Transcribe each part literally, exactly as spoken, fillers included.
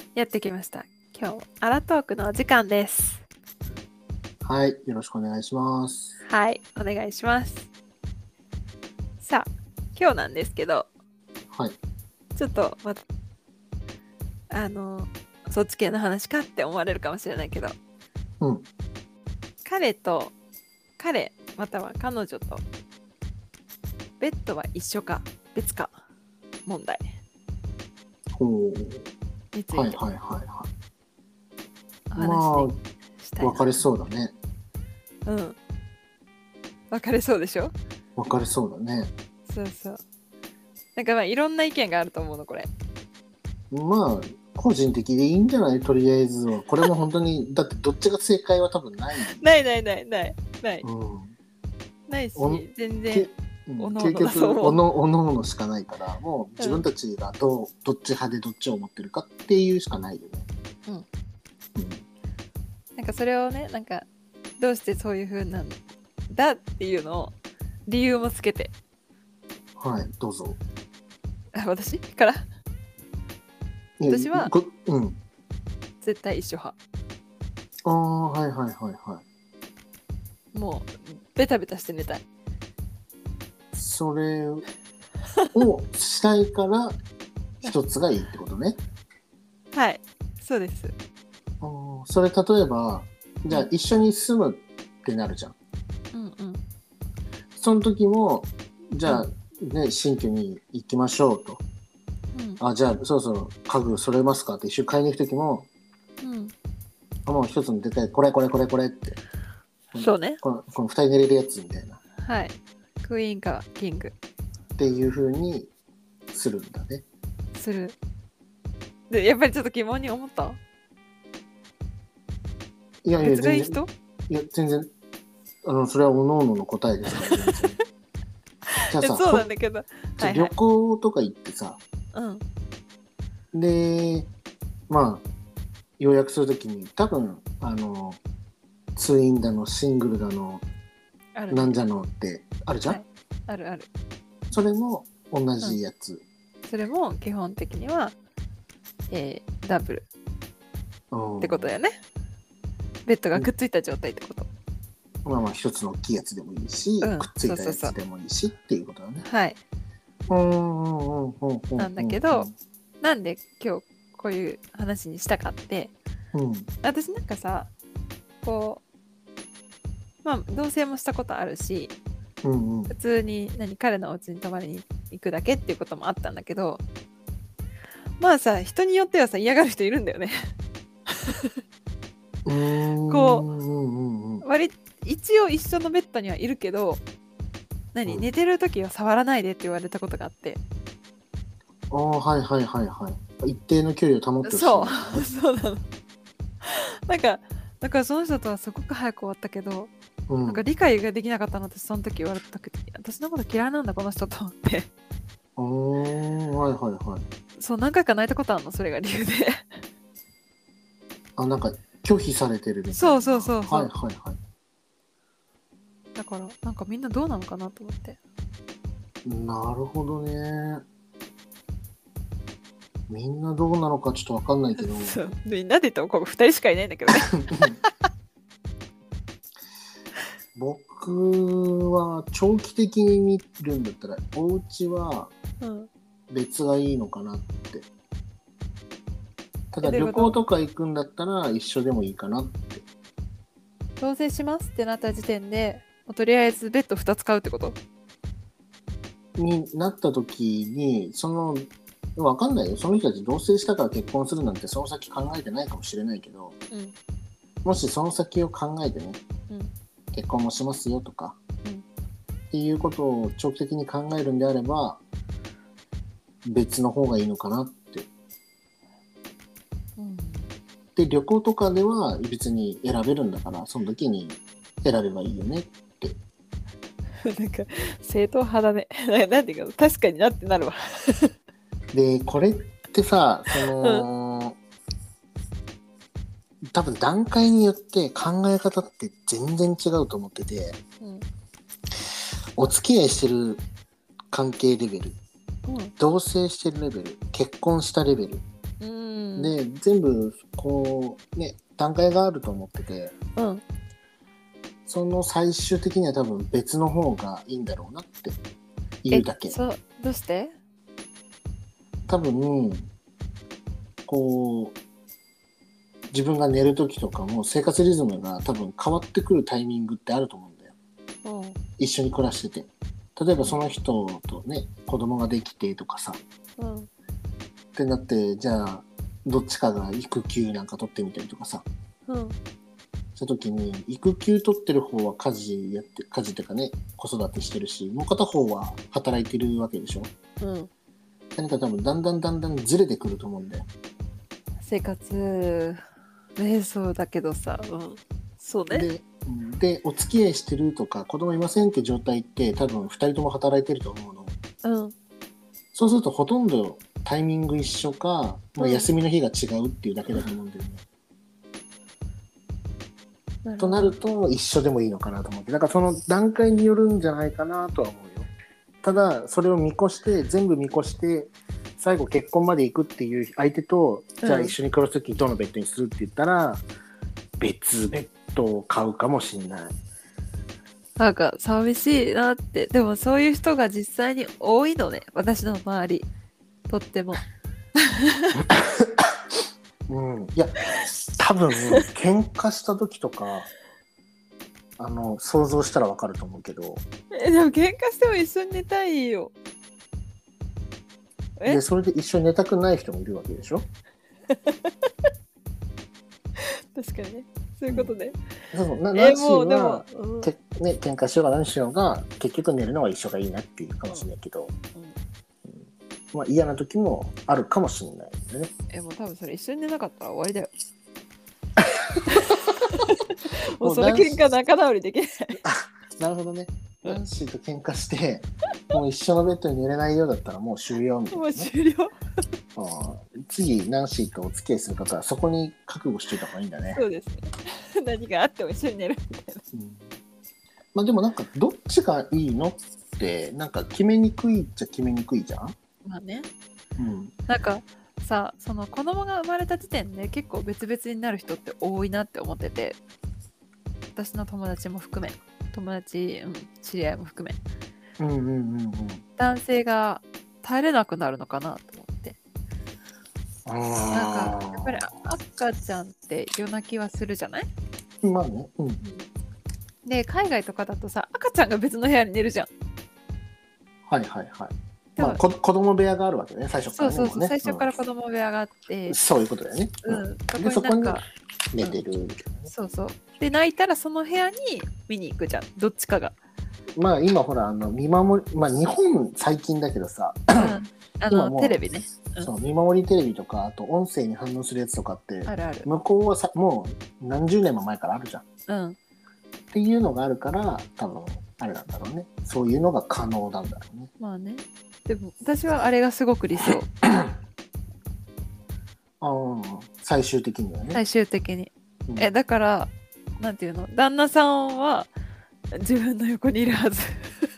やってきました。今日アラトークのお時間です。 はい、よろしくお願いします。 はい、お願いします。さあ、今日なんですけど、 はい。 ちょっとまあのそっち系の話かって思われるかもしれないけど、 うん。 彼と彼または彼女とベッドは一緒か別か問題ほう。 についてはいはいはいはおい。ま話ししたいな。 あ、分かれそうだね。 うん。分かれそうでしょ？ 分かれそうだね。 そうそう。なんかまあいろんな意見があると思うのこれ。 まあ、個人的でいいんじゃない？とりあえずは。これも本当に、だってどっちが正解は多分ない。 ないないないないない。 うん。 ないしお全然けうん、 おのお結局、 のだと思う。 おのおのおのしかないから、もう自分たちがどう、どっち派でどっちを持ってるかっていうしかないよね。 うん。 うん。 なんかそれをね、なんかどうしてそういう風なんだっていうのを理由もつけて。 はい、どうぞ。 あ、私から私はこうん。 絶対一緒派。 ああ、はいはいはいはい。 もうベタベタして寝たい。 それをしたいから一つがいいってことね。 はい、そうです。 あーそれ例えばじゃあ一緒に住むってなるじゃん。 うんうん。 その時もじゃあね、新居に行きましょうと。 うん、 あ、じゃあそろそろ家具揃えますかって一緒に買いに行く時も、 うん、 あ、もう一つのでかいこれこれこれこれってそうね。 このこの二人寝れるやつみたいなっはい。クイーンかキングていう風にするんだね。 する。でやっぱりちょっと疑問に思った。 いやいや別がいい全然人？ いや全然あのそれは各々の答えですから全然。じゃあさ、 そうなんだけど。はいはい。 旅行とか行ってさ、 うん。 で、まあ、予約するときに多分、あの、ツインだの、シングルだの、 あるね。 なんじゃのってあるじゃん、 はい、あるある。 それも同じやつ。 うん、それも基本的には、えー、ダブルってことだよね。ベッドがくっついた状態ってこと。 まあまあ、一つの大きいやつでもいいし、 うん、 くっついたやつでもいいしっていうことだね。 はい。 うんなんだけど、なんで今日こういう話にしたかって、 うん、 私なんかさ、こう、まあ同棲もしたことあるし、 うんうん、 普通に何彼のお家に泊まりに行くだけっていうこともあったんだけど、まあさ、人によってはさ嫌がる人いるんだよね。 うーん、 こう、 うんうんうん、 割一応一緒のベッドにはいるけど、何、うん、寝てる時は触らないでって言われたことがあって。 ああ、はいはいはいはい。一定の距離を保ってほしい、ね。 そう、そうなの。なんかだからその人とはすごく早く終わったけど、うん、なんか理解ができなかったのってその時言われた時、私のこと嫌いなんだこの人と思って。 ああ、はいはいはい。 そう、何回か泣いたことあるの、それが理由で。 あ、なんか拒否されてるみたいな。 そうそうそうそう。 はいはいはい。 だからなんかみんなどうなのかなと思って。 なるほどね。みんなどうなのかちょっと分かんないけど。 そう、みんなで言ってもここふたりしかいないんだけどね。 僕は長期的に見るんだったらお家は別がいいのかなって、うん、ただ旅行とか行くんだったら一緒でもいいかなって。 同棲しますってなった時点でとりあえずベッドふたつ買うってことになった時に、その分かんないよ、その人たち同棲したから結婚するなんてその先考えてないかもしれないけど、うん、もしその先を考えてね、うん、結婚もしますよとか、うん、っていうことを長期的に考えるんであれば別の方がいいのかなって、うん、で旅行とかでは別に選べるんだからその時に選べばいいよねってなんか正統派だね。なんていうか確かになってなるわ。 でこれってさ、その、うん、多分段階によって考え方って全然違うと思ってて、うん、お付き合いしてる関係レベル、うん、同棲してるレベル、結婚したレベル、うん、 、 で全部こうね段階があると思ってて、 うん、 その最終的には多分別の方がいいんだろうなっていうだけ。 え、そうどうして？ 多分こう自分が寝る時とかも生活リズムが多分変わってくるタイミングってあると思うんだよ。 うん、 一緒に暮らしてて、例えばその人とね子供ができてとかさ、 うん、 ってなってじゃあどっちかが育休なんか取ってみたりとかさ、 うん、 そういう時に育休取ってる方は家事やって家事っていうかね子育てしてるし、もう片方は働いてるわけでしょ。 うん、 何か多分だんだんだんだんずれてくると思うんだよ。 生活ね、そうだけどさ、うん、そうね。 で、でお付き合いしてるとか子供いませんって状態って多分ふたりとも働いてると思うの。 うん、 そうするとほとんどタイミング一緒か、まあ、休みの日が違うっていうだけだと思うんだよね。うん、となると一緒でもいいのかなと思って、だからその段階によるんじゃないかなとは思うよ。ただそれを見越して全部見越して最後結婚まで行くっていう相手と、うん、じゃあ一緒に暮らす時にどのベッドにするって言ったら別ベッドを買うかもしれない。 なんか寂しいなって。でもそういう人が実際に多いのね、私の周りとっても。 うん、いや多分喧嘩した時とかあの想像したらわかると思うけど。 えでも喧嘩しても一緒に寝たいよ。 えでそれで一緒に寝たくない人もいるわけでしょ。 確かにね、そういうことね。 うん、そうな何しろが、うん、けね喧嘩しようが何しようが結局寝るのは一緒がいいなっていうかもしれないけど、うんうん、まあ嫌な時もあるかもしれないよね。 えもう多分それ一緒に寝なかったら終わりだよ。もうその喧嘩仲直りできない。 なるほどね。ナンシーと喧嘩してもう一緒のベッドに寝れないようだったらもう終了みたいな、ね、 もう終了。 あ次ナンシーとお付き合いする方はそこに覚悟しておいた方がいいんだね。 そうですね。何があっても一緒に寝るみたいな、うん、 まあでもなんかどっちがいいのってなんか決めにくいっちゃ決めにくいじゃん。 まあね、 うん、 なんかさその子供が生まれた時点で結構別々になる人って多いなって思ってて、私の友達も含め友達、うん、知り合いも含め、うんうんうんうん、 男性が耐えれなくなるのかなと思って。 あなんかやっぱり赤ちゃんって夜泣きはするじゃない？ まあね、うん、 で海外とかだとさ赤ちゃんが別の部屋に寝るじゃん。 はいはいはい。まあ、こ子供部屋があるわけね最初からね。 そうそうそう、 ね最初から子供部屋があって、 うん、そういうことだよね。 うん、 でそこに寝てるみたいな、ね、 そうそう。で泣いたらその部屋に見に行くじゃん、どっちかが。 まあ今ほらあの見守り、まあ日本最近だけどさ、 うん、あのテレビね、 うん、そう見守りテレビとかあと音声に反応するやつとかってあるある、 向こうはさもう何十年も前からあるじゃん、 うん、 っていうのがあるから多分あれなんだろうね、そういうのが可能なんだろうね。 まあね、でも私はあれがすごく理想。 あ最終的にはね。 最終的に、うん、えだからなんていうの、旦那さんは自分の横にいるはず。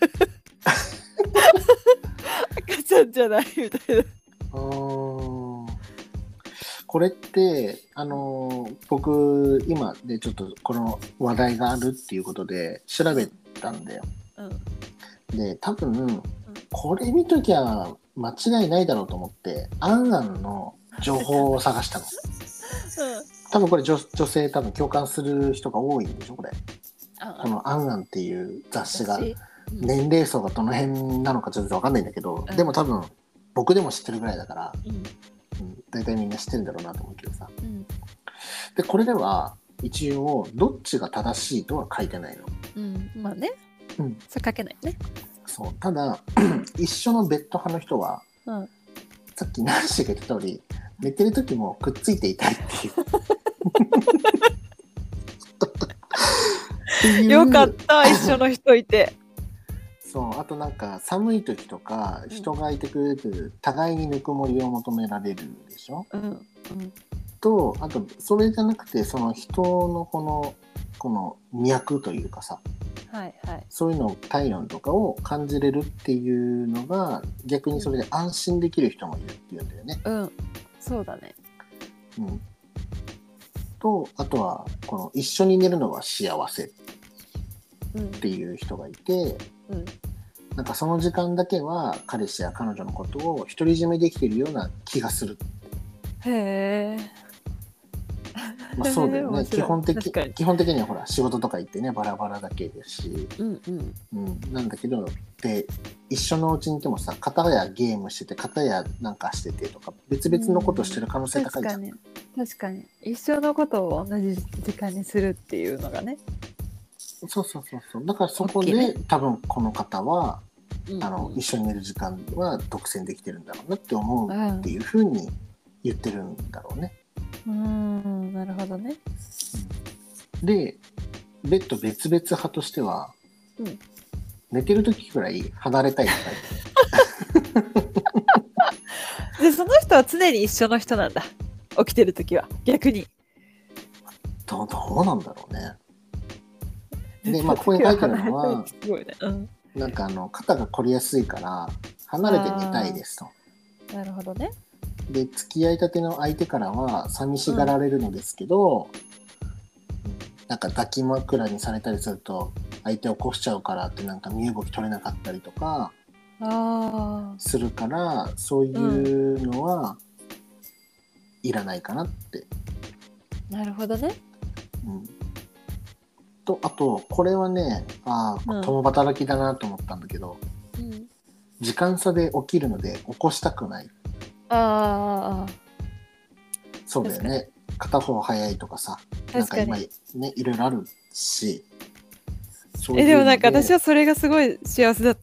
赤ちゃんじゃないみたいな。 あこれってあのー、僕今でちょっとこの話題があるっていうことで調べたんだよ、うん、で多分、うん、これ見ときゃ間違いないだろうと思ってアンアンの情報を探したの。うん、多分これ 女, 女性多分共感する人が多いんでしょこれ。このアンアンっていう雑誌が年齢層がどの辺なのかちょっと分かんないんだけど、うん、でも多分僕でも知ってるぐらいだから、うんうん、大体みんな知ってるんだろうなと思うけどさ、うん、でこれでは一応どっちが正しいとは書いてないの、 うん、まあね、うん、それ書けないね。 そうただ一緒のベッド派の人は、うん、さっきナンシーが言った通り寝てる時もくっついていたいっていうよかった一緒の人いて。 そうあとなんか寒い時とか人がいてくれると、うん、互いにぬくもりを求められるでしょ、うんうん、とあとそれじゃなくてその人のこのこの脈というかさ、はいはい、そういうの体温とかを感じれるっていうのが逆にそれで安心できる人もいるっていうんだよね。 うん、そうだね。 うん、とあとはこの一緒に寝るのは幸せっていう人がいて、うんうん、なんかその時間だけは彼氏や彼女のことを独り占めできてるような気がする。 へえ。 まあ、そうだよね。基本的基本的にはほら仕事とか行ってねバラバラだけですし、うんうんうん、なんだけどで一緒のうちにいてもさ片やゲームしてて片やなんかしててとか別々のことしてる可能性高いじゃん。 うん、確かに確かに一緒のことを同じ時間にするっていうのがね。 そうそうそうそう。だからそこで、ね、多分この方は、うん、あの一緒に寝る時間は独占できてるんだろうなって思うっていうふうに言ってるんだろうね。 うん、うん、なるほどね。 でベッド別々派としては、うん、寝てる時くらい離れたいみたいでその人は常に一緒の人なんだ。起きてる時は逆にどう、どうなんだろうね。でまあここに書いてあるのはすごい、ね、うん、なんかあの肩が凝りやすいから離れて寝たいですと。 なるほどね。 で付き合いたての相手からは寂しがられるのですけど、うん、なんか抱き枕にされたりすると相手を起こしちゃうからってなんか身動き取れなかったりとかするからそういうのはいらないかなって、 うん、なるほどね、 うん、とあとこれはねあ共働きだなと思ったんだけど、うん、時間差で起きるので起こしたくない。ああ、そうだよね。片方早いとかさ、なんか今ねいろいろあるし。 そういうえでもなんか私はそれがすごい幸せだった。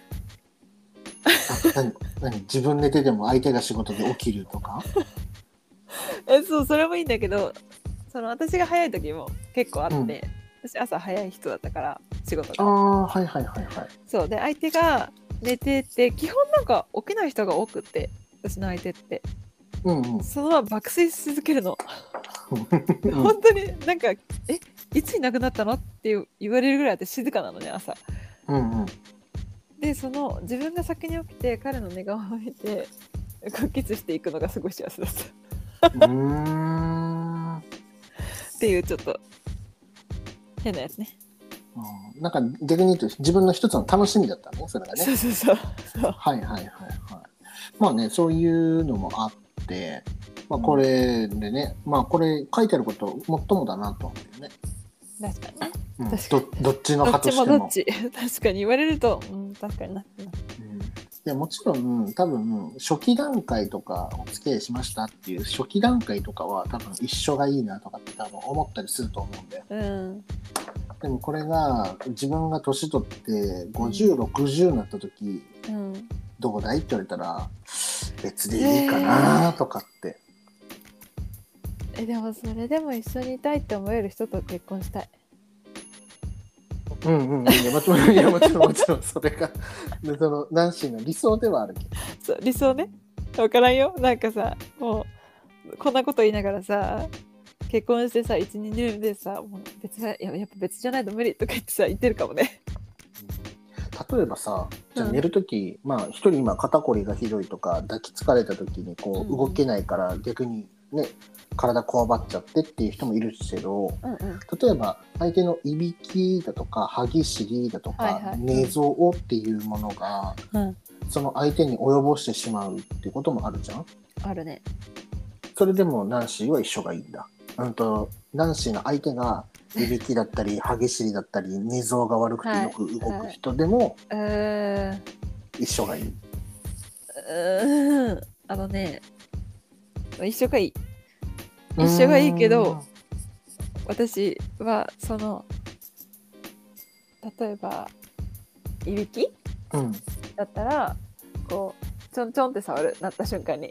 あ何何自分寝てても相手が仕事で起きるとか？ えそうそれもいいんだけど、その私が早い時も結構あって、うん、私朝早い人だったから仕事が。 ああはいはいはいはい。 そうで相手が寝てて基本なんか起きない人が多くって。私の相手って、うんうん、そのまま爆睡し続けるの本当になんかえいついなくなったのって言われるぐらい私静かなのね朝、うんうん、でその自分が先に起きて彼の寝顔を見てキスしていくのがすごい幸せだったうーんっていうちょっと変なやつね。 うん、なんか逆に言うと自分の一つの楽しみだったねそれがね。 そうそうそうそうはいはいはいはい。まあねそういうのもあって、まあ、これでね、うん、まあこれ書いてあることもっともだなと思うよね。 確かにね、 うん、確かに ど, どっちの派としてもどっちもどっち確かに言われると、うん、確かにな、うん、 でもちろん多分初期段階とかお付き合いしましたっていう初期段階とかは多分一緒がいいなとかって多分思ったりすると思うんだよ、うん、でもこれが自分が年取ってごじゅう、ろくじゅうになった時、うん、どうだいって言われたら別でいいかなとかって、 えー、えでもそれでも一緒にいたいって思える人と結婚したい。 うんうん、いやもちろんいやもちろんもちろんそれがそのナンシーの理想ではあるけど。 そう理想ね。分からんよ。なんかさもうこんなこと言いながらさ結婚してさ いち,に 年でさもう別ややっぱ別じゃないと無理とか言ってさ言ってるかもね。 例えばさじゃあ寝るとき、うん、まあ一人今肩こりがひどいとか抱きつかれたときにこう動けないから逆にね、体こわばっちゃってっていう人もいるけど、うんうん、例えば相手のいびきだとか歯ぎしりだとか、はいはい、寝相っていうものが、うん、その相手に及ぼしてしまうっていうこともあるじゃん。 あるね。 それでもナンシーは一緒がいいんだ。うんとナンシーの相手がいびきだったり歯ぎしりだったり寝相が悪くてよく動く人でも、はいはい、一緒がいい。 うーんあのね一緒がいい一緒がいいけど私はその例えばいびき、うん、だったらこうちょんちょんって触るなった瞬間に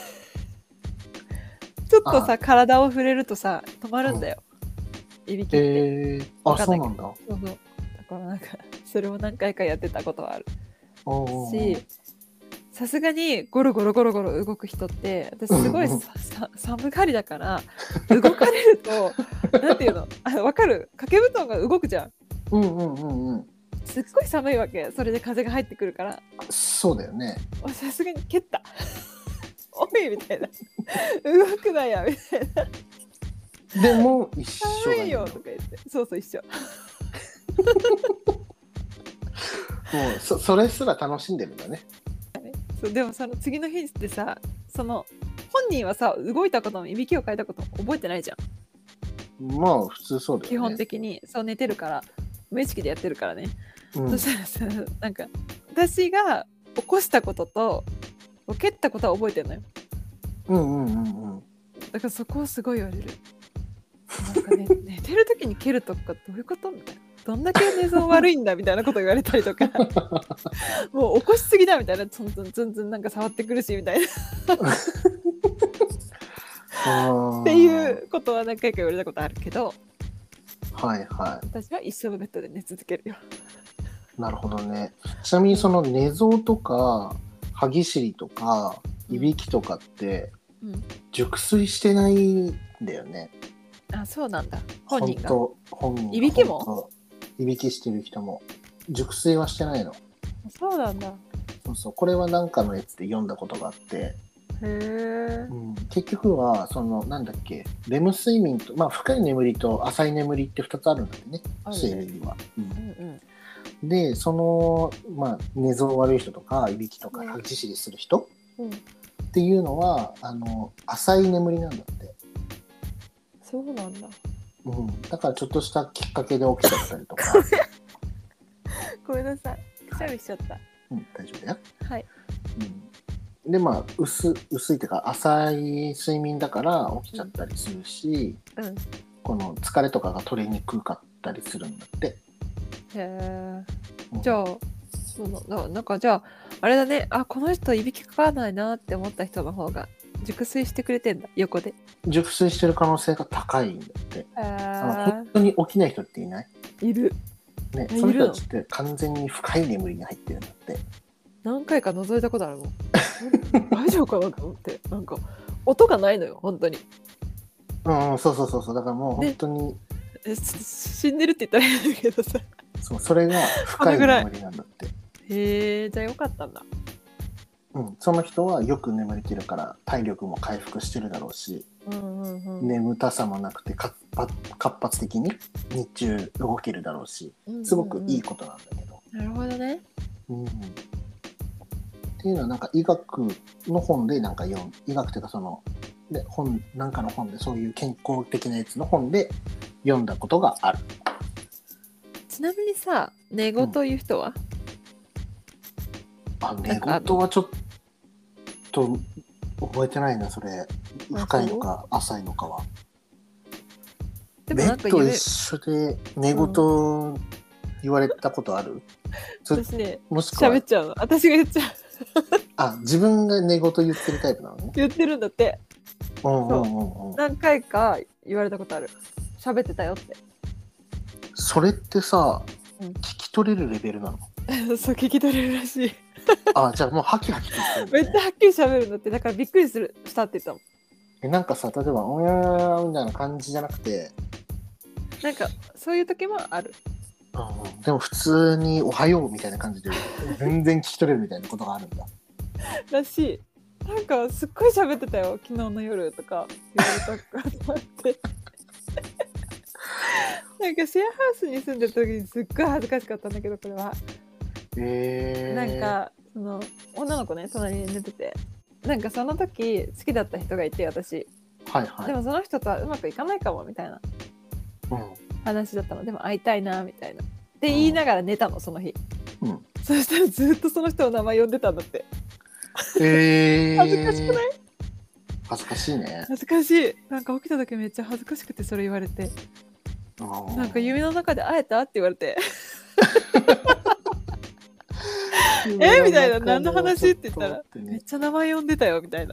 ちょっとさ体を触れるとさ止まるんだよ、うん、いびきって、 えー、あそうなんだ。 そうそうだからなんかそれを何回かやってたことはあるしさすがにゴロゴロゴロゴロ動く人って私すごい寒がりだから動かれるとなんていうのあ分かる掛け布団が動くじゃん。うんうんうんうん。すっごい寒いわけそれで風が入ってくるから。 そうだよね。 さすがに蹴ったおいみたいな動くなやみたいなでも一緒がいい寒いよとか言ってそうそう一緒もう そ, それすら楽しんでるんだね。 そうでもその次の日ってさその本人はさ動いたこともいびきをかいたことも覚えてないじゃん。まあ普通そうだよね。 基本的にそう寝てるから無意識でやってるからね、うん、そしたらさなんか私が起こしたことと蹴ったことは覚えてるのよ。 うんうんうんうん。 だからそこをすごい言われる。なんか、ね、寝てる時に蹴るとかどういうことみたいな。どんだけ寝相悪いんだみたいなこと言われたりとかもう起こしすぎだみたいなツンツンツンツンなんか触ってくるしみたいなっていうことは何回か言われたことあるけど、 はいはい、 私は一生ベッドで寝続けるよ。 なるほどね。ちなみにその寝相とか歯ぎしりとかいびきとかって、うん、熟睡してないんだよね。 あ、そうなんだ。本人が本人いびきもいびきしてる人も熟睡はしてないの。 そうなんだ。 そうそう、これは何かのやつで読んだことがあって、 へー、 うん、結局はそのなんだっけレム睡眠と、まあ、深い眠りと浅い眠りってふたつあるんだってね、睡眠は、うんうんうん、でその、まあ、寝相悪い人とかいびきとか歯ぎしりする人、うん、っていうのはあの浅い眠りなんだって。 そうなんだ。 うん、だからちょっとしたきっかけで起きちゃったりとかごめんなさい、くしゃみしちゃった。 うん、大丈夫だよ。 はい、 うん、でまあ 薄, 薄いっていうか浅い睡眠だから起きちゃったりするし、うんうん、この疲れとかが取れにくかったりするんだって。へえ、うん、じゃあその な, なんかじゃああれだね、あこの人いびきかからないなって思った人の方が熟睡してくれてんだ、横で。 熟睡してる可能性が高いんだって。あの本当に起きない人っていない？ いる、 ね、その人たちって完全に深い眠りに入ってるんだって。 何回か覗いたことあるもん大丈夫かなと思って、なんか音がないのよ本当に。 うん、うん、そうそうそうそう、だからもう本当に、ね、 え死んでるって言ったらいいんだけどさそう、それが深い眠りなんだって。 へえ、じゃあよかったんだ。 うん、その人はよく眠れてるから体力も回復してるだろうし、うんうんうん、眠たさもなくて活発的に日中動けるだろうし、すごくいいことなんだけど、 うんうんうん、なるほどね、 うん、っていうのはなんか医学の本でなんか読む、医学というかそので本なんかの本でそういう健康的なやつの本で読んだことがある。 ちなみにさ、寝言言う人は、 うん、あ、寝言はちょっと覚えてないな、それ。深いのか浅いのかは。でもなんかベッド一緒で寝言言われたことある？うん、 私ね、もしくは喋っちゃうの。私が言っちゃうあ、自分が寝言言ってるタイプなのね。 言ってるんだって。うんうんうんうん、何回か言われたことある。喋ってたよって。 それってさ、うん、聞き取れるレベルなの？ そう、聞き取れるらしいあ、じゃあもうハキハキ言ってる、ね、 めっちゃはっきり喋るんだって。だからびっくりするしたって言ったもん。 え、なんかさ、例えばおやーみたいな感じじゃなくて、 なんかそういう時もある。 うん、でも普通におはようみたいな感じで全然聞き取れるみたいなことがあるんだらしい。なんかすっごい喋ってたよ昨日の夜とか言われたからと思ってなんかシェアハウスに住んでる時にすっごい恥ずかしかったんだけど、これはへー、 なんかその女の子ね隣に寝てて、なんかその時好きだった人がいて、私、 はいはい、 でもその人とはうまくいかないかもみたいな話だったの、うん、でも会いたいなみたいなって言いながら寝たのその日、うん、そしたらずっとその人の名前呼んでたんだって。 へー、 恥ずかしくない？ 恥ずかしいね。 恥ずかしい。なんか起きた時めっちゃ恥ずかしくてそれ言われて、なんか夢の中で会えたって言われてえみたいな、何の話って言ったら、ね、めっちゃ名前呼んでたよみたいな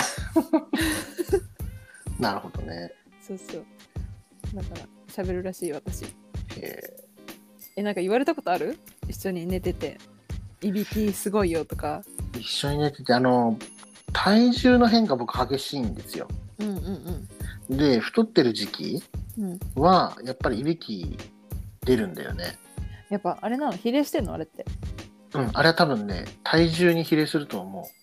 なるほどね。 そうそう、だから喋るらしい私。へえ。 え、なんか言われたことある？一緒に寝てていびきすごいよとか。 一緒に寝てて、あの体重の変化僕激しいんですよ。 うんうんうん。で太ってる時期はやっぱりいびき出るんだよね。 やっぱあれなの？比例してんのあれって？ うん、あれは多分ね体重に比例すると思う。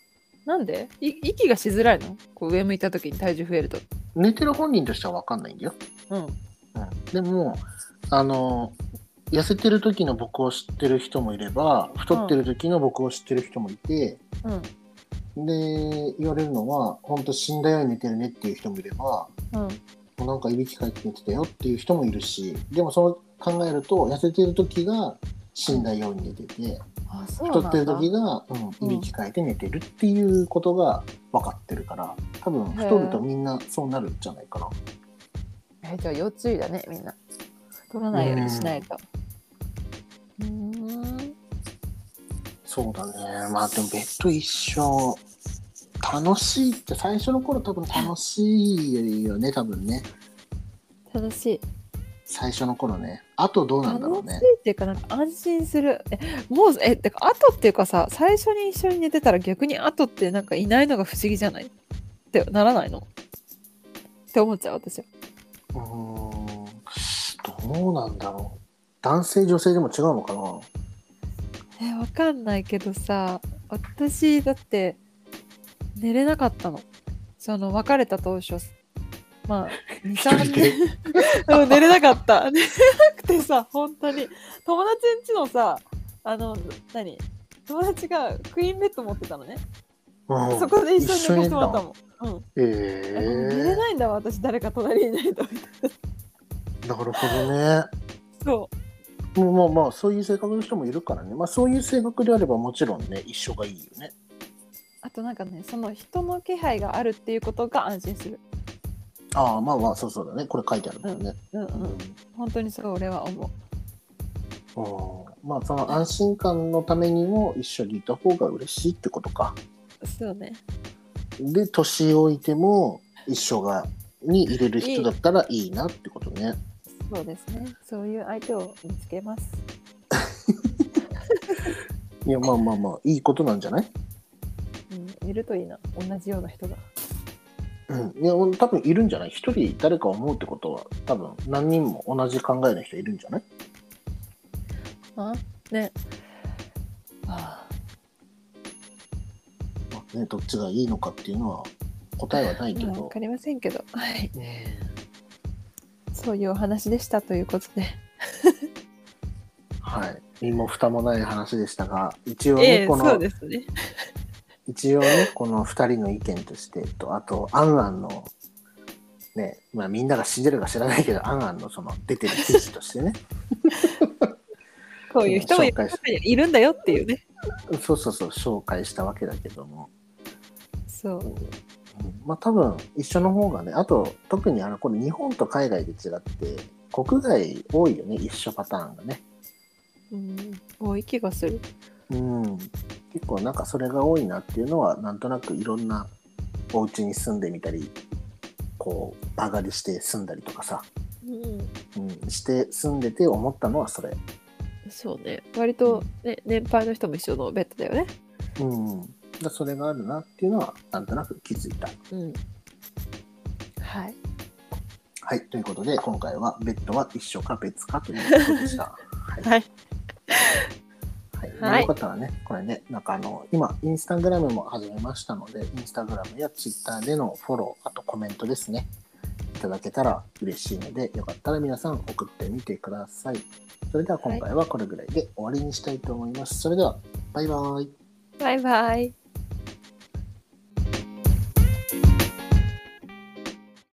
なんでい息がしづらいの？こう上向いた時に体重増えると。 寝てる本人としては分かんないんだよ。うん。うん、でもあの痩せてる時の僕を知ってる人もいれば、太ってる時の僕を知ってる人もいて、うん、で言われるのは本当死んだように寝てるねっていう人もいれば、うん、もうなんかいびきかいて寝てたよっていう人もいるし、でもその考えると痩せてる時が死んだように寝てて、うん、あ、太ってる時が、うん、いびきかいて寝てるっていうことが分かってるから、多分太るとみんなそうなるんじゃないかな。 えー、じゃあ要注意だね、みんな。太らないようにしないと。うーん、 そうだね。まあでもベッド一緒楽しいって最初の頃多分楽しいよね、多分ね。 楽しい。 最初の頃ね。あとどうなんだろうね。 楽しいっていうかなんか安心する。え、もうえってかあとっていうかさ、最初に一緒に寝てたら逆にあとってなんかいないのが不思議じゃないってならないのって思っちゃう私は。 うーん、どうなんだろう。男性女性でも違うのかな。 え、わかんないけどさ、私だって寝れなかったの。その別れた当初、まあに、さんねんでも寝れなかった。寝れなくてさ、本当に友達ん家のさ、あの何友達がクイーンベッド持ってたのね。うん、そこで一緒に寝かせてもらったもん。うん。えー、寝れないんだわ私、誰か隣にいないと。 なるほどね。 そう。 もうまあそういう性格の人もいるからね。まあそういう性格であればもちろんね一緒がいいよね。 あとなんかね、その人の気配があるっていうことが安心する。 ああ、まあまあそうそうだね。これ書いてあるもんね。 うんうんうん。うん、本当にそう俺は思う。うん、まあその安心感のためにも一緒にいた方が嬉しいってことか。 そうね。 で年老いても一緒がに入れる人だったらいいなってことね。 そうですね。そういう相手を見つけます。 いやまあまあまあいいことなんじゃない？ うん、いるといいな、同じような人が。 うん、いや多分いるんじゃない？一人誰か思うってことは多分何人も同じ考えの人いるんじゃない？ あね。ああ、ね、どっちがいいのかっていうのは答えはないけど。 わかりませんけど、はい。ね、そういうお話でしたということで。 はい、身も蓋もない話でしたが、一応ね、えー、このそうですね。 一応ねこのふたりの意見としてと、あとアンアンのね、まあみんなが知ってるか知らないけど、アンアンのその出てる記事としてね。 こういう人もいるんだよっていうね。 そうそうそう紹介したわけだけども。 そう。うん、 まあ多分一緒の方がね、あと特にあのこれ日本と海外で違って国外多いよね、一緒パターンがね。 うん、多い気がする。 うん、結構なんかそれが多いなっていうのはなんとなくいろんなお家に住んでみたり、こう間借りして住んだりとかさ、うんうん、して住んでて思ったのはそれ。 そうね、割と、ね、うん、年配の人も一緒のベッドだよね。 うん、だそれがあるなっていうのはなんとなく気づいた。うん、 はい。 はい、ということで今回はベッドは一緒か別かということでした。はい。はいはい、よかったらね、これね、なんかあの今インスタグラムも始めましたので、インスタグラムやツイッターでのフォロー、あとコメントですね、いただけたら嬉しいので、よかったら皆さん送ってみてください。それでは今回はこれぐらいで終わりにしたいと思います。それではバイバイ。 バイバイ。